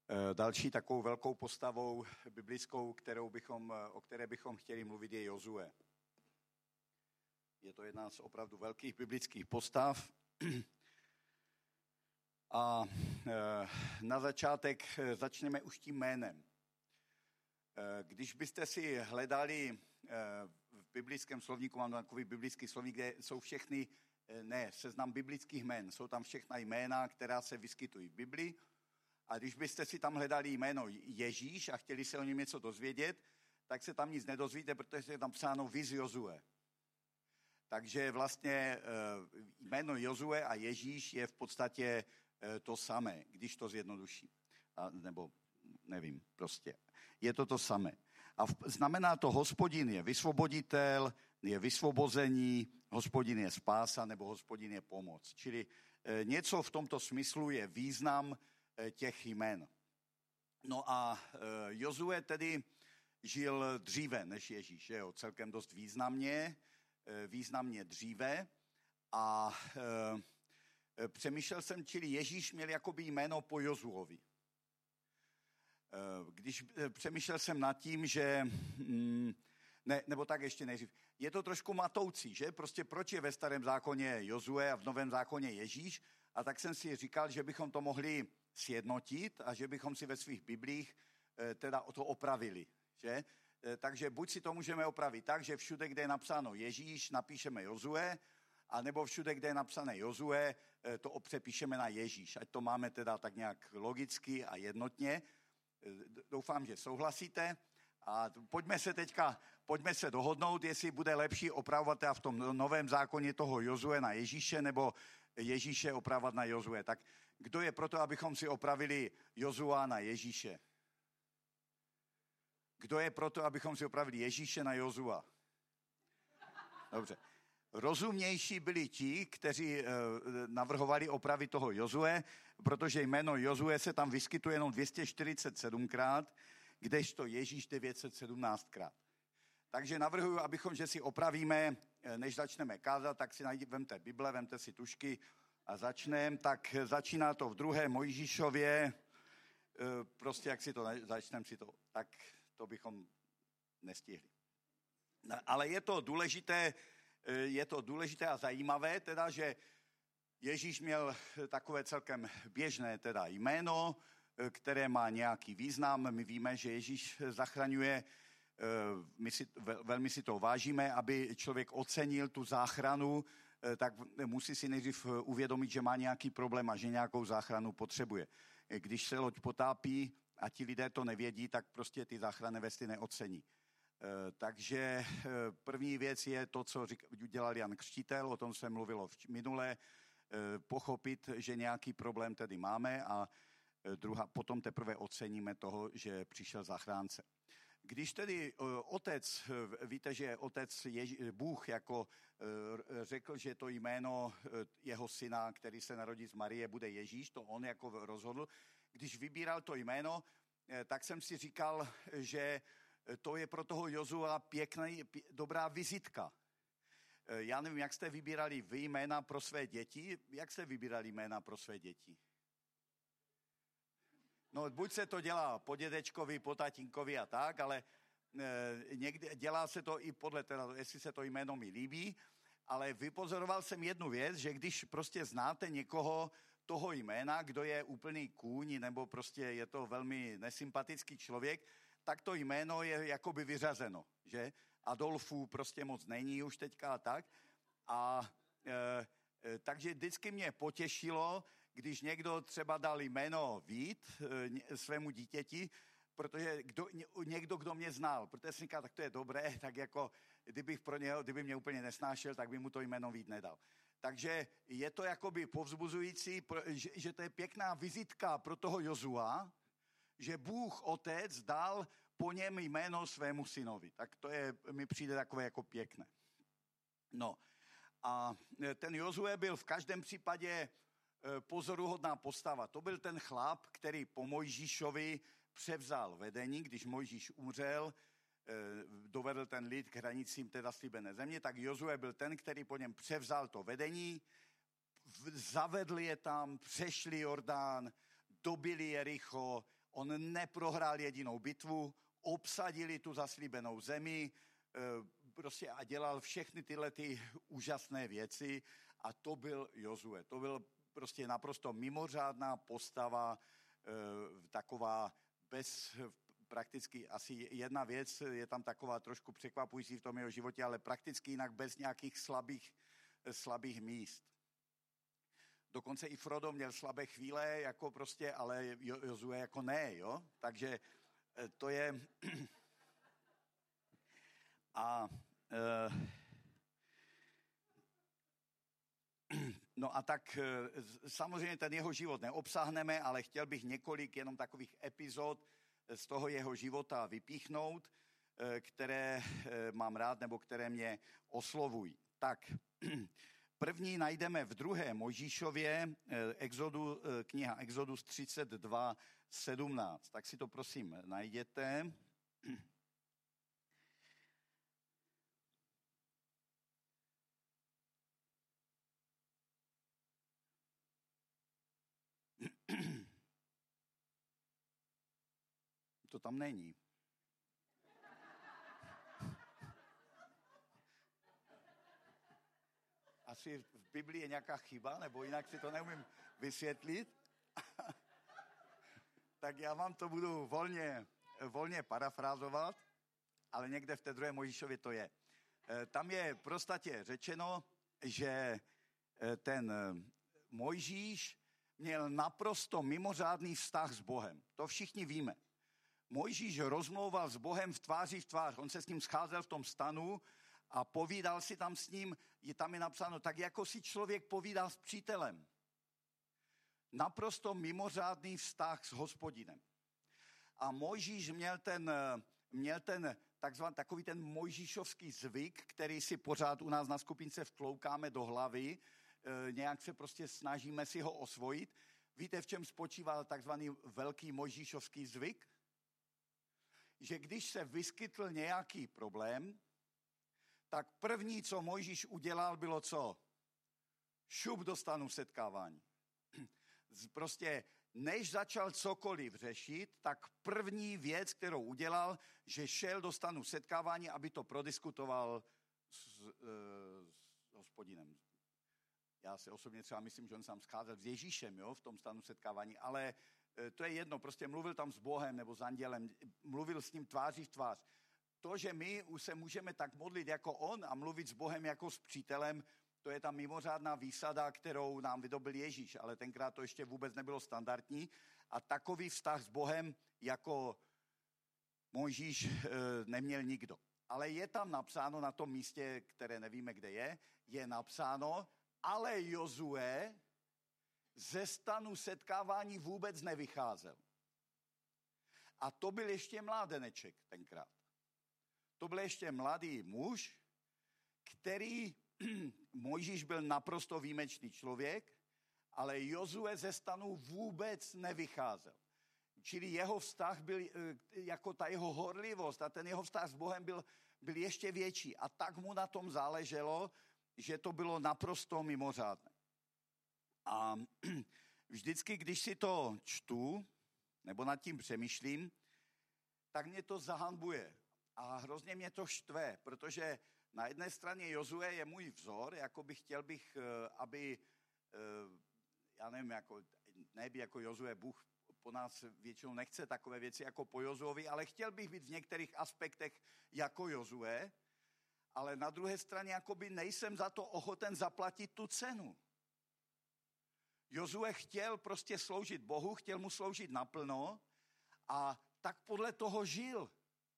Další takovou velkou postavou biblickou, o které bychom chtěli mluvit, je Jozue. Je to jedna z opravdu velkých biblických postav. A na začátek začneme už tím jménem. Když byste si hledali v biblickém slovníku, mám takový biblický slovník, kde jsou všechny, seznam biblických jmén, jsou tam všechna jména, která se vyskytují v Biblii. A když byste si tam hledali jméno Ježíš a chtěli se o něm něco dozvědět, tak se tam nic nedozvíte, protože je tam psáno vis Jozue. Takže vlastně jméno Jozue a Ježíš je v podstatě to samé, když to zjednoduší. Nebo nevím, prostě. Je to samé. A znamená to, Hospodin je vysvoboditel, je vysvobození, Hospodin je spása nebo Hospodin je pomoc. Čili něco v tomto smyslu je význam těch jmen. No a Jozue tedy žil dříve než Ježíš, že jo? Celkem dost významně dříve a přemýšlel jsem, čili Ježíš měl jakoby jméno po Jozuovi. Když přemýšlel jsem nad tím, že nebo tak ještě nejdřív. Je to trošku matoucí, že? Prostě proč je ve starém zákoně Jozue a v novém zákoně Ježíš? A tak jsem si říkal, že bychom to mohli sjednotit a že bychom si ve svých biblích teda to opravili, že? Takže buď si to můžeme opravit tak, že všude, kde je napsáno Ježíš, napíšeme Jozue, a nebo všude, kde je napsané Jozue, to přepíšeme na Ježíš. Ať to máme teda tak nějak logicky a jednotně. Doufám, že souhlasíte. A pojďme se dohodnout, jestli bude lepší opravovat v tom novém zákoně toho Jozue na Ježíše, nebo Ježíše opravovat na Jozue. Tak kdo je proto, abychom si opravili Jozua na Ježíše? Kdo je proto, abychom si opravili Ježíše na Jozua? Dobře. Rozumnější byli ti, kteří navrhovali opravit toho Jozue, protože jméno Jozue se tam vyskytuje jenom 247krát, kdežto Ježíš 917krát. Takže navrhuji, že si opravíme, než začneme kázat, tak si vemte Bible, vemte si tužky a začneme. Tak začíná to v 2. Mojžíšově, prostě jak si to začneme si to, tak to bychom nestihli. Ale je to důležité a zajímavé, teda, že Ježíš měl takové celkem běžné teda jméno, které má nějaký význam. My víme, že Ježíš zachraňuje, velmi si to vážíme, aby člověk ocenil tu záchranu, tak musí si nejdřív uvědomit, že má nějaký problém a že nějakou záchranu potřebuje. Když se loď potápí a ti lidé to nevědí, tak prostě ty záchranné vesty neocení. Takže první věc je to, co dělal Jan Křtitel, o tom se mluvilo minule, pochopit, že nějaký problém tedy máme a potom teprve oceníme toho, že přišel zachránce. Když tedy víte, že Bůh jako řekl, že to jméno jeho syna, který se narodí z Marie, bude Ježíš, to on jako rozhodl. Když vybíral to jméno, tak jsem si říkal, že to je pro toho Jozua dobrá vizitka. Já nevím, jak jste vybírali vy jména pro své děti. Jak jste vybírali jména pro své děti? No, buď se to dělá po dědečkovi, po tatínkovi a tak, ale někdy dělá se to i podle teda, jestli se to jméno mi líbí, ale vypozoroval jsem jednu věc, že když prostě znáte někoho toho jména, kdo je úplný kůň, nebo prostě je to velmi nesympatický člověk, tak to jméno je jakoby vyřazeno, že? Adolfů prostě moc není už teďka a tak. Takže vždycky mě potěšilo, když někdo třeba dal jméno Vít svému dítěti, protože někdo, kdo mě znal, protože jsem říkal, tak to je dobré, tak jako kdyby mě úplně nesnášel, tak by mu to jméno Vít nedal. Takže je to jakoby povzbuzující, že to je pěkná vizitka pro toho Jozua, že Bůh Otec dal po něm jméno svému synovi. Tak to mi přijde takové jako pěkné. No a ten Jozue byl v každém případě pozoruhodná postava. To byl ten chlap, který po Mojžíšovi převzal vedení, když Mojžíš umřel, dovedl ten lid k hranicím teda slíbené země, tak Jozue byl ten, který po něm převzal to vedení, zavedl je tam, přešli Jordán, dobili Jericho, On neprohrál jedinou bitvu, obsadili tu zaslíbenou zemi, prostě a dělal všechny tyhle ty úžasné věci a to byl Jozue. To byl prostě naprosto mimořádná postava, taková bez prakticky asi jedna věc, je tam taková trošku překvapující v tom jeho životě, ale prakticky jinak bez nějakých slabých míst. Dokonce i Frodo měl slabé chvíle, jako prostě, ale Jozue jako ne, jo? Takže to je... No a tak samozřejmě ten jeho život neobsáhneme, ale chtěl bych několik jenom takových epizod z toho jeho života vypíchnout, které mám rád nebo které mě oslovují. Tak, první najdeme v 2. Mojžíšově, kniha Exodus 32:17. Tak si to prosím najděte. To tam není. Asi v Biblii je nějaká chyba, nebo jinak si to neumím vysvětlit. Tak já vám to budu volně parafrázovat, ale někde v té 2. Mojžíšově to je. Tam je prostatě řečeno, že ten Mojžíš měl naprosto mimořádný vztah s Bohem. To všichni víme. Mojžíš rozmlouval s Bohem v tváři v tvář. On se s ním scházel v tom stanu a povídal si tam s ním, tam je napsáno, tak jako si člověk povídá s přítelem. Naprosto mimořádný vztah s Hospodinem. A Mojžíš měl ten takový ten mojžíšovský zvyk, který si pořád u nás na skupince vkloukáme do hlavy, nějak se prostě snažíme si ho osvojit. Víte, v čem spočíval takzvaný velký mojžíšovský zvyk? Že když se vyskytl nějaký problém, tak první, co Mojžíš udělal, bylo co? Šup do stanu setkávání. Prostě než začal cokoliv řešit, tak první věc, kterou udělal, že šel do stanu setkávání, aby to prodiskutoval s Hospodinem. Já si osobně třeba myslím, že on sám scházel s Ježíšem, jo, v tom stanu setkávání, ale to je jedno, prostě mluvil tam s Bohem nebo s andělem, mluvil s ním tváří v tvář. To, že my už se můžeme tak modlit jako on a mluvit s Bohem jako s přítelem, to je ta mimořádná výsada, kterou nám vydobil Ježíš, ale tenkrát to ještě vůbec nebylo standardní. A takový vztah s Bohem jako Mojžíš neměl nikdo. Ale je tam napsáno na tom místě, které nevíme, kde je napsáno, ale Jozue ze stanu setkávání vůbec nevycházel. A to byl ještě mládeneček tenkrát. To byl ještě mladý muž, který, Mojžíš byl naprosto výjimečný člověk, ale Jozue ze stanu vůbec nevycházel. Čili jeho vztah byl, jako ta jeho horlivost a ten jeho vztah s Bohem byl ještě větší. A tak mu na tom záleželo, že to bylo naprosto mimořádné. A vždycky, když si to čtu, nebo nad tím přemýšlím, tak mě to zahanbuje. A hrozně mě to štve, protože na jedné straně Jozue je můj vzor, chtěl bych, aby, já nevím, jako Jozue, Bůh po nás většinou nechce takové věci jako po Jozuovi, ale chtěl bych být v některých aspektech jako Jozue, ale na druhé straně nejsem za to ochoten zaplatit tu cenu. Jozue chtěl prostě sloužit Bohu, chtěl mu sloužit naplno a tak podle toho žil.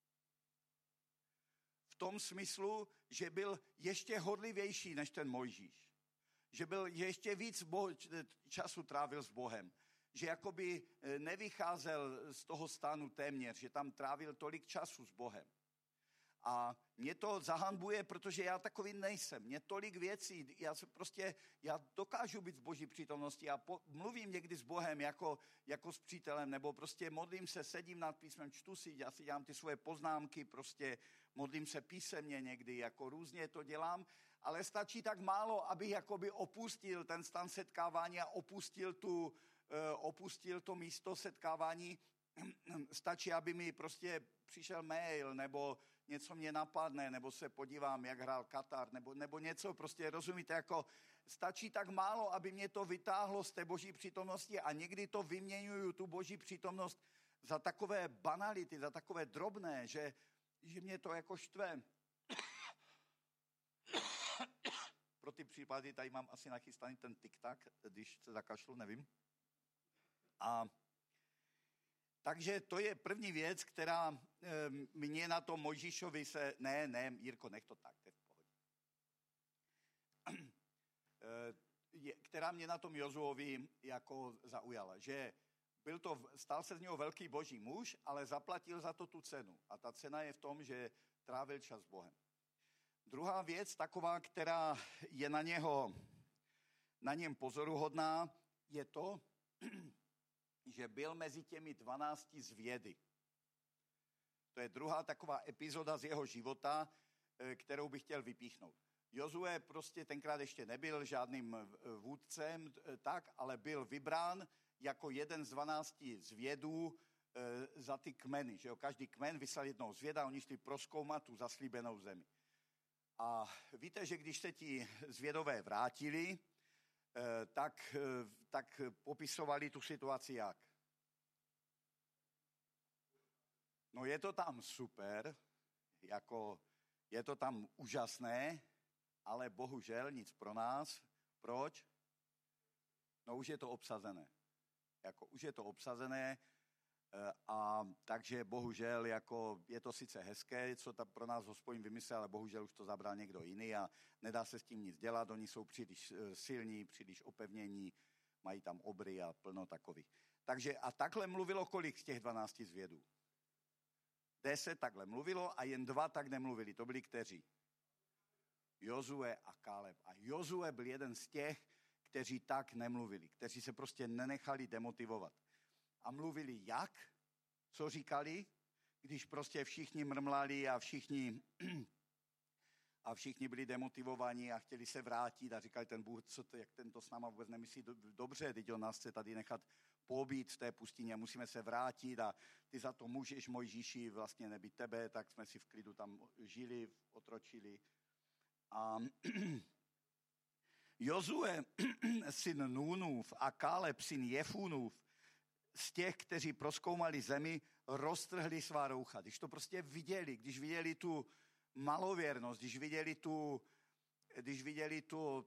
V tom smyslu, že byl ještě horlivější než ten Mojžíš. Že byl ještě víc času trávil s Bohem. Že jakoby nevycházel z toho stanu téměř, že tam trávil tolik času s Bohem. A mě to zahanbuje, protože já takový nejsem. Mě tolik věcí, já dokážu být v Boží přítomnosti a mluvím někdy s Bohem jako s přítelem, nebo prostě modlím se, sedím nad písmem, čtu si, já si dělám ty svoje poznámky, prostě modlím se písemně někdy, jako různě to dělám, ale stačí tak málo, abych jakoby opustil ten stan setkávání a opustil to místo setkávání stačí, aby mi prostě přišel mail, nebo něco mě napadne, nebo se podívám, jak hrál Katar, nebo něco, prostě rozumíte, jako stačí tak málo, aby mě to vytáhlo z té boží přítomnosti a někdy to vyměňuju, tu boží přítomnost, za takové banality, za takové drobné, že mě to jako štve. Pro ty případy tady mám asi nachystaný ten tik-tak, když se zakašlu, nevím. A takže to je první věc, která mě na tom Mojžíšovi se... Ne, Jirko, nech to tak, to je v pohodě. Která mě na tom Jozuovi jako zaujala, že stal se z něho velký boží muž, ale zaplatil za to tu cenu. A ta cena je v tom, že trávil čas s Bohem. Druhá věc, taková, která je na něm pozoruhodná, je to, že byl mezi těmi 12 zvědy. To je druhá taková epizoda z jeho života, kterou bych chtěl vypíchnout. Jozue prostě tenkrát ještě nebyl žádným vůdcem, ale byl vybrán jako jeden z 12 zvědů za ty kmeny. Že jo? Každý kmen vyslal jednoho zvěda, oni šli prozkoumat tu zaslíbenou zemi. A víte, že když se ti zvědové vrátili, tak popisovali tu situaci jak? No je to tam super, jako je to tam úžasné, ale bohužel nic pro nás. Proč? No už je to obsazené. Už je to obsazené a takže bohužel je to sice hezké, co tam pro nás Hospodin vymyslel, ale bohužel už to zabral někdo jiný a nedá se s tím nic dělat. Oni jsou příliš silní, příliš opevnění, mají tam obry a plno takových. Takže a takhle mluvilo kolik z těch 12 zvědů? 10 takhle mluvilo a jen 2 tak nemluvili. To byli kteří? Jozue a Káleb. A Jozue byl jeden z těch, kteří tak nemluvili, kteří se prostě nenechali demotivovat. A mluvili jak? Co říkali? Když prostě všichni mrmlali a všichni byli demotivovaní a chtěli se vrátit a říkali ten Bůh, jak tento s náma vůbec nemyslí dobře, teď on nás chce tady nechat pobít v té pustině, musíme se vrátit a ty za to můžeš, Mojžíši, vlastně nebýt tebe, tak jsme si v klidu tam žili, otročili. A Jozue, syn Núnův a Káleb, syn Jefunův, z těch, kteří prozkoumali zemi, roztrhli svá roucha. Když to prostě viděli, když viděli tu malověrnost, když viděli tu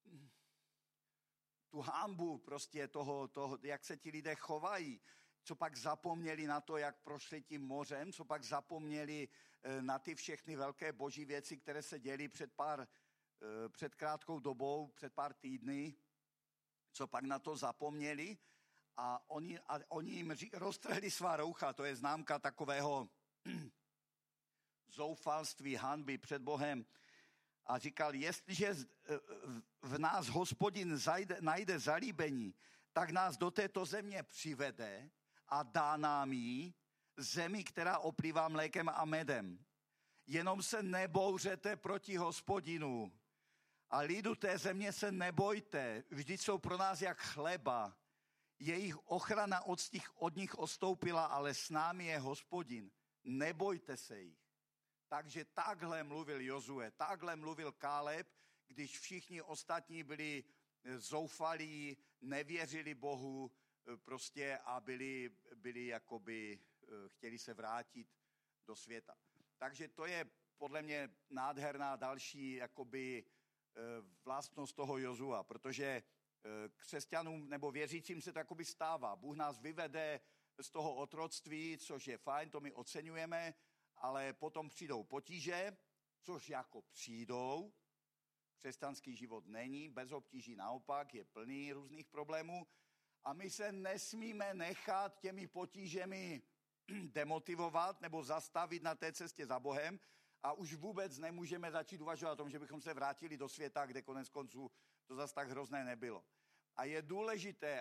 hanbu prostě toho, jak se ti lidé chovají, co pak zapomněli na to, jak prošli tím mořem, co pak zapomněli na ty všechny velké boží věci, které se děly před krátkou dobou, před pár týdny, co pak na to zapomněli a oni jim roztrhli svá roucha, to je známka takového zoufalství, hanby před Bohem. A říkal, jestliže v nás Hospodin najde zalíbení, tak nás do této země přivede a dá nám jí, zemi, která oplývá mlékem a medem. Jenom se nebouřete proti Hospodinu. A lidu té země se nebojte, vždyť jsou pro nás jak chleba. Jejich ochrana od nich odstoupila, ale s námi je Hospodin. Nebojte se jich. Takže takhle mluvil Jozue, takhle mluvil Káleb, když všichni ostatní byli zoufalí, nevěřili Bohu prostě a byli jakoby, chtěli se vrátit do světa. Takže to je podle mě nádherná další jakoby vlastnost toho Jozua, protože křesťanům nebo věřícím se to jakoby stává. Bůh nás vyvede z toho otroctví, což je fajn, to my oceňujeme, ale potom přijdou potíže, což jako přijdou. Křesťanský život není bez obtíží, naopak je plný různých problémů a my se nesmíme nechat těmi potížemi demotivovat nebo zastavit na té cestě za Bohem a už vůbec nemůžeme začít uvažovat o tom, že bychom se vrátili do světa, kde konec konců to zas tak hrozné nebylo. A je důležité,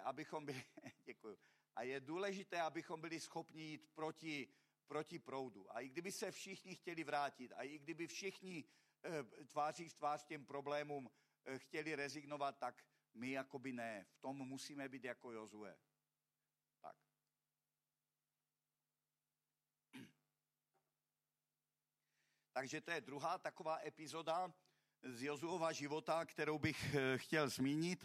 abychom byli schopni jít proti proudu. A i kdyby se všichni chtěli vrátit, a i kdyby všichni tváří v tvář těm problémům chtěli rezignovat, tak my jakoby ne. V tom musíme být jako Jozue. Tak. Takže to je druhá taková epizoda z Jozuova života, kterou bych chtěl zmínit,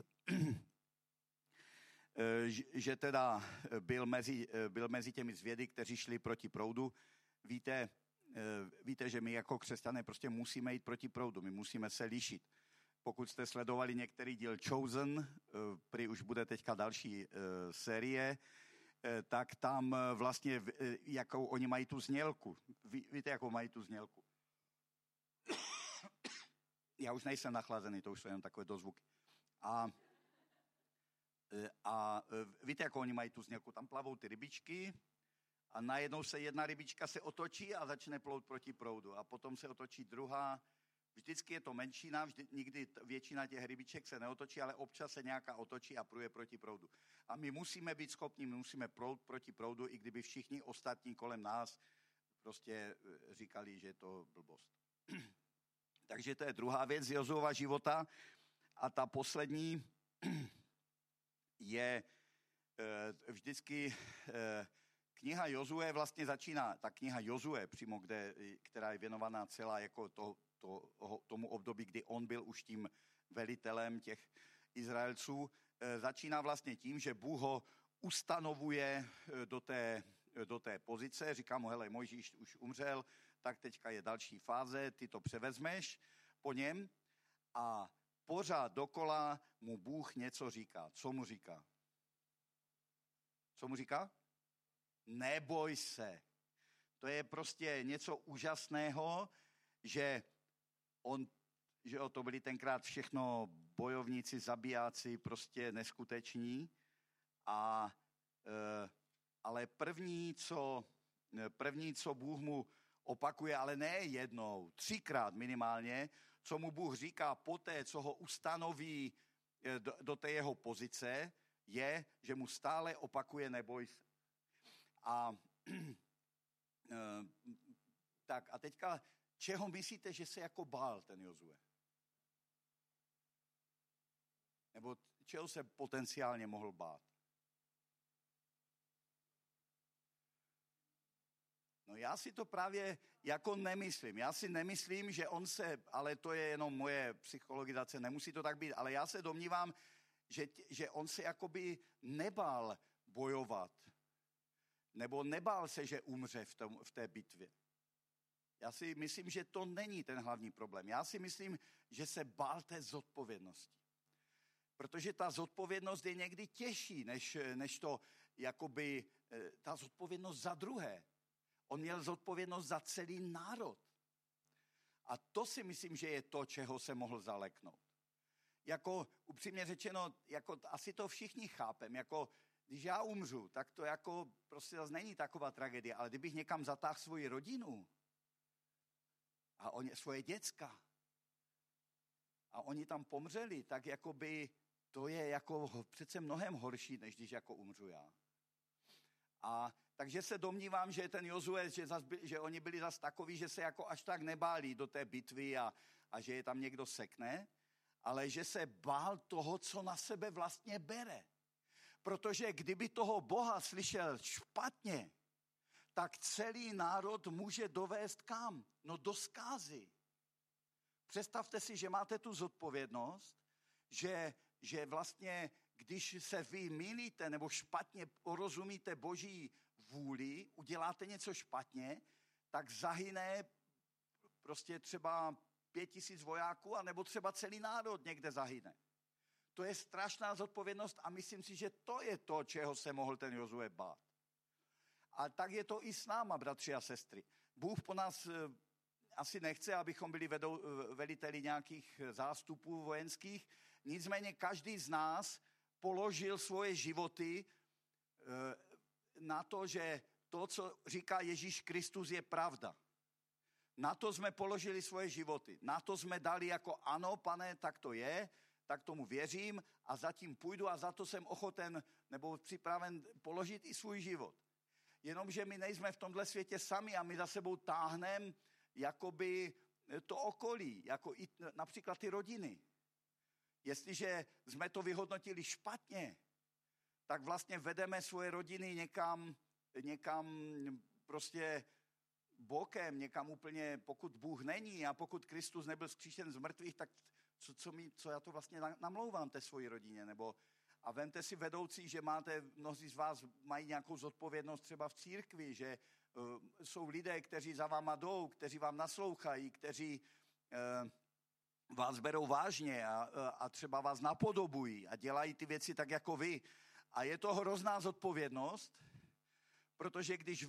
že teda byl mezi těmi zvědy, kteří šli proti proudu. Víte, že my jako křesťané prostě musíme jít proti proudu, my musíme se lišit. Pokud jste sledovali některý díl Chosen, prý už bude teďka další série, tak tam vlastně, jakou oni mají tu znělku. Víte, jakou mají tu znělku? Já už nejsem nachlazený, to už jsou jenom takové dozvuky. A víte, jakou oni mají tu znělku? Tam plavou ty rybičky a najednou se jedna rybička se otočí a začne plout proti proudu. A potom se otočí druhá. Vždycky je to menšina, nikdy většina těch rybiček se neotočí, ale občas se nějaká otočí a pluje proti proudu. A my musíme být schopni, my musíme plout proti proudu, i kdyby všichni ostatní kolem nás prostě říkali, že je to blbost. Takže to je druhá věc z Jozuova života. A ta poslední je vždycky kniha Jozue vlastně začíná, ta kniha Jozue přímo, která je věnovaná celá jako tomu období, kdy on byl už tím velitelem těch Izraelců, začíná vlastně tím, že Bůh ho ustanovuje do té pozice, říká mu, hele, Mojžíš už umřel, tak teďka je další fáze, ty to převezmeš po něm a pořád dokola mu Bůh něco říká. Co mu říká? Co mu říká? Neboj se. To je prostě něco úžasného, že to byli tenkrát všechno bojovníci, zabijáci, prostě neskuteční. Ale první, co Bůh mu opakuje, ale ne jednou, 3krát minimálně, co mu Bůh říká poté, co ho ustanoví do té jeho pozice, je, že mu stále opakuje neboj se. Tak a teďka, čeho myslíte, že se jako bál ten Jozue? Nebo čeho se potenciálně mohl bát? No já si to právě jako nemyslím. Já si nemyslím, že on se, ale to je jenom moje psychologizace, nemusí to tak být, ale já se domnívám, že on se jakoby nebál bojovat. Nebo nebál se, že umře v té bitvě. Já si myslím, že to není ten hlavní problém. Já si myslím, že se bál té zodpovědnosti. Protože ta zodpovědnost je někdy těžší, než to jakoby ta zodpovědnost za druhé. On měl zodpovědnost za celý národ. A to si myslím, že je to, čeho se mohl zaleknout. Jako upřímně řečeno, jako asi to všichni chápem, jako když já umřu, tak to jako prostě zase není taková tragédie, ale kdybych někam zatáhl svoji rodinu a svoje děcka a oni tam pomřeli, tak jakoby to je jako přece mnohem horší, než když jako umřu já. A takže se domnívám, že ten Jozue, že oni byli zas takoví, že se jako až tak nebáli do té bitvy a že je tam někdo sekne, ale že se bál toho, co na sebe vlastně bere. Protože kdyby toho Boha slyšel špatně, tak celý národ může dovést kam? No do zkázy. Představte si, že máte tu zodpovědnost, že vlastně, když se vy mýlíte nebo špatně porozumíte Boží vůli, uděláte něco špatně, tak zahyne prostě třeba 5000 vojáků, anebo třeba celý národ někde zahyne. To je strašná zodpovědnost a myslím si, že to je to, čeho se mohl ten Jozue bát. A tak je to i s náma, bratři a sestry. Bůh po nás asi nechce, abychom byli veliteli nějakých zástupů vojenských, nicméně každý z nás položil svoje životy na to, že to, co říká Ježíš Kristus, je pravda. Na to jsme položili svoje životy. Na to jsme dali jako ano, pane, tak to je, tak tomu věřím a zatím půjdu a za to jsem ochoten nebo připraven položit i svůj život. Jenomže my nejsme v tomhle světě sami a my za sebou táhneme jakoby to okolí, jako i například ty rodiny. Jestliže jsme to vyhodnotili špatně, tak vlastně vedeme svoje rodiny někam prostě bokem někam úplně, pokud Bůh není a pokud Kristus nebyl vzkříšen z mrtvých, tak co já to vlastně namlouvám té svoji rodině, nebo a vemte si vedoucí, že mnozí z vás mají nějakou zodpovědnost třeba v církvi, že jsou lidé, kteří za váma jdou, kteří vám naslouchají, kteří vás berou vážně a třeba vás napodobují a dělají ty věci tak jako vy. A je to hrozná zodpovědnost, protože když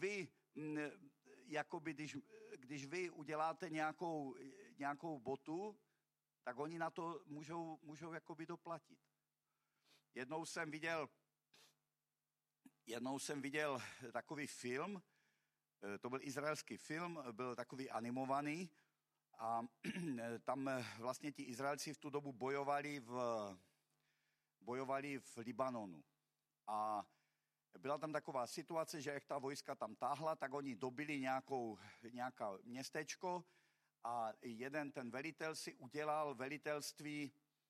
vy uděláte nějakou botu, tak oni na to můžou jakoby doplatit. Jednou jsem viděl takový film, to byl izraelský film, byl takový animovaný a tam vlastně ti Izraelci v tu dobu bojovali v Libanonu. A byla tam taková situace, že jak ta vojska tam táhla, tak oni dobili nějaká městečko a jeden ten velitel si udělal velitelství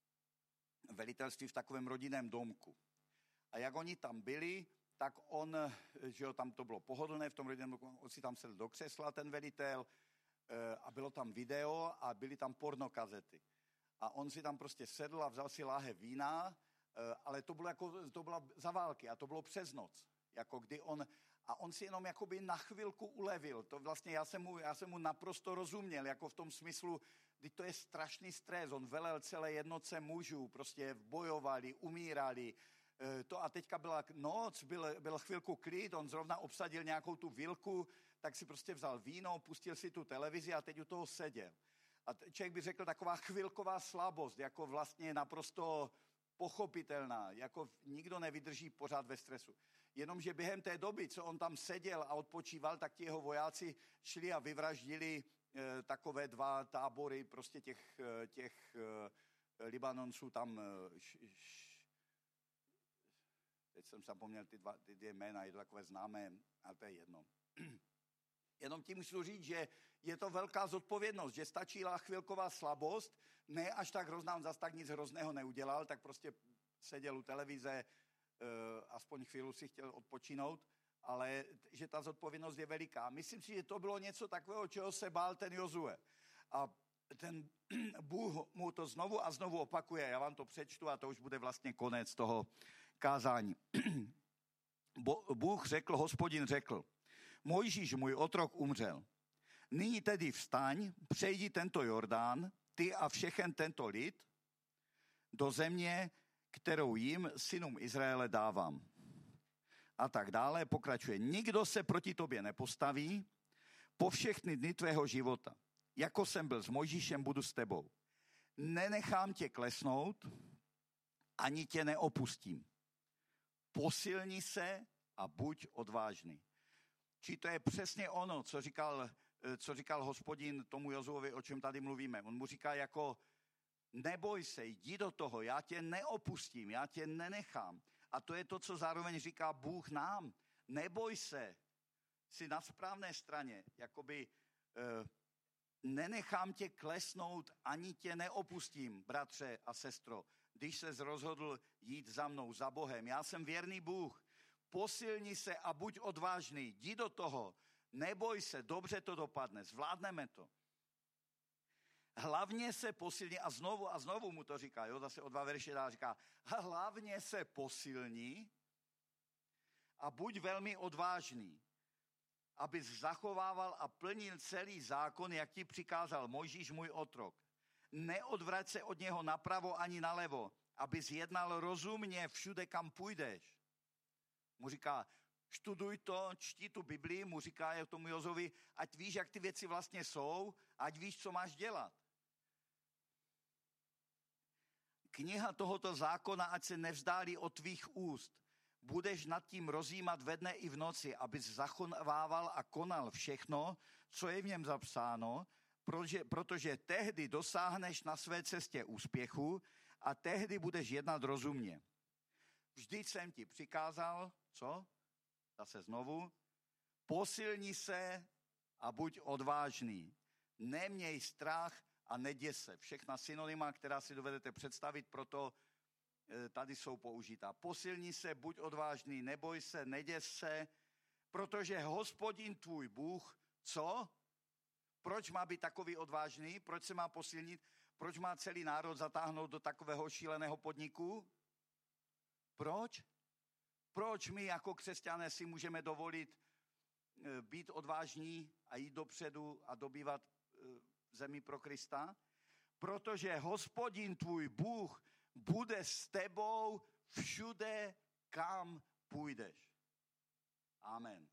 v takovém rodinném domku. A jak oni tam byli, tak že jo, tam to bylo pohodlné v tom rodinném domku, on si tam sedl do křesla, ten velitel, a bylo tam video a byly tam pornokazety. A on si tam prostě sedl a vzal si láhev vína, ale to bylo za války a to bylo přes noc. Jako kdy on si jenom jakoby na chvilku ulevil. To vlastně já jsem mu naprosto rozuměl, jako v tom smyslu, kdy to je strašný stres. On velel celé jednotce mužů, prostě bojovali, umírali. A teďka byla noc, byl chvilku klid, on zrovna obsadil nějakou tu vilku, tak si prostě vzal víno, pustil si tu televizi a teď u toho seděl. A člověk by řekl taková chvilková slabost, jako vlastně naprosto pochopitelná, jako nikdo nevydrží pořád ve stresu. Jenomže během té doby, co on tam seděl a odpočíval, tak ti jeho vojáci šli a vyvraždili takové dva tábory prostě těch Libanonců tam. Teď jsem zapomněl ty dvě jména, je to takové známé, ale to je jedno. Jenom tím musím říct, že je to velká zodpovědnost, že stačila chvilková slabost, ne až tak hrozná, on zas tak nic hrozného neudělal, tak prostě seděl u televize, aspoň chvíli si chtěl odpočinout, ale že ta zodpovědnost je veliká. Myslím si, že to bylo něco takového, čeho se bál ten Jozue. A ten Bůh mu to znovu a znovu opakuje, já vám to přečtu a to už bude vlastně konec toho kázání. Bůh řekl, Hospodin řekl, Mojžíš, můj otrok, umřel. Nyní tedy vstaň, přejdi tento Jordán, ty a všechen tento lid, do země, kterou jim, synům Izraele, dávám. A tak dále, pokračuje. Nikdo se proti tobě nepostaví po všechny dny tvého života. Jako jsem byl s Mojžíšem, budu s tebou. Nenechám tě klesnout, ani tě neopustím. Posilni se a buď odvážný. Či to je přesně ono, co říkal Hospodin tomu Jozuovi, o čem tady mluvíme. On mu říká jako, neboj se, jdi do toho, já tě neopustím, já tě nenechám. A to je to, co zároveň říká Bůh nám. Neboj se, jsi na správné straně, jakoby nenechám tě klesnout, ani tě neopustím, bratře a sestro, když ses rozhodl jít za mnou, za Bohem. Já jsem věrný Bůh. Posilni se a buď odvážný, jdi do toho, neboj se, dobře to dopadne, zvládneme to. Hlavně se posilni, a znovu mu to říká, jo, zase o 2 verše dál říká, hlavně se posilni a buď velmi odvážný, abys zachovával a plnil celý zákon, jak ti přikázal Mojžíš, můj otrok. Neodvrať se od něho napravo ani nalevo, abys jednal rozumně všude, kam půjdeš. Mu říká, študuj to, čti tu Biblii, mu říká tomu Jozovi, ať víš, jak ty věci vlastně jsou, ať víš, co máš dělat. Kniha tohoto zákona, ať se nevzdálí od tvých úst. Budeš nad tím rozjímat ve dne i v noci, abys zachovával a konal všechno, co je v něm zapsáno, protože tehdy dosáhneš na své cestě úspěchu a tehdy budeš jednat rozumně. Vždyť jsem ti přikázal, co? Zase znovu. Posilni se a buď odvážný. Neměj strach a neděs se. Všechna synonyma, která si dovedete představit, proto tady jsou použitá. Posilni se, buď odvážný, neboj se, neděs se, protože Hospodin tvůj Bůh Co? Proč má být takový odvážný? Proč se má posilnit? Proč má celý národ zatáhnout do takového šíleného podniku? Proč? Proč my jako křesťané si můžeme dovolit být odvážní a jít dopředu a dobývat zemi pro Krista? Protože Hospodin tvůj Bůh bude s tebou všude, kam půjdeš. Amen.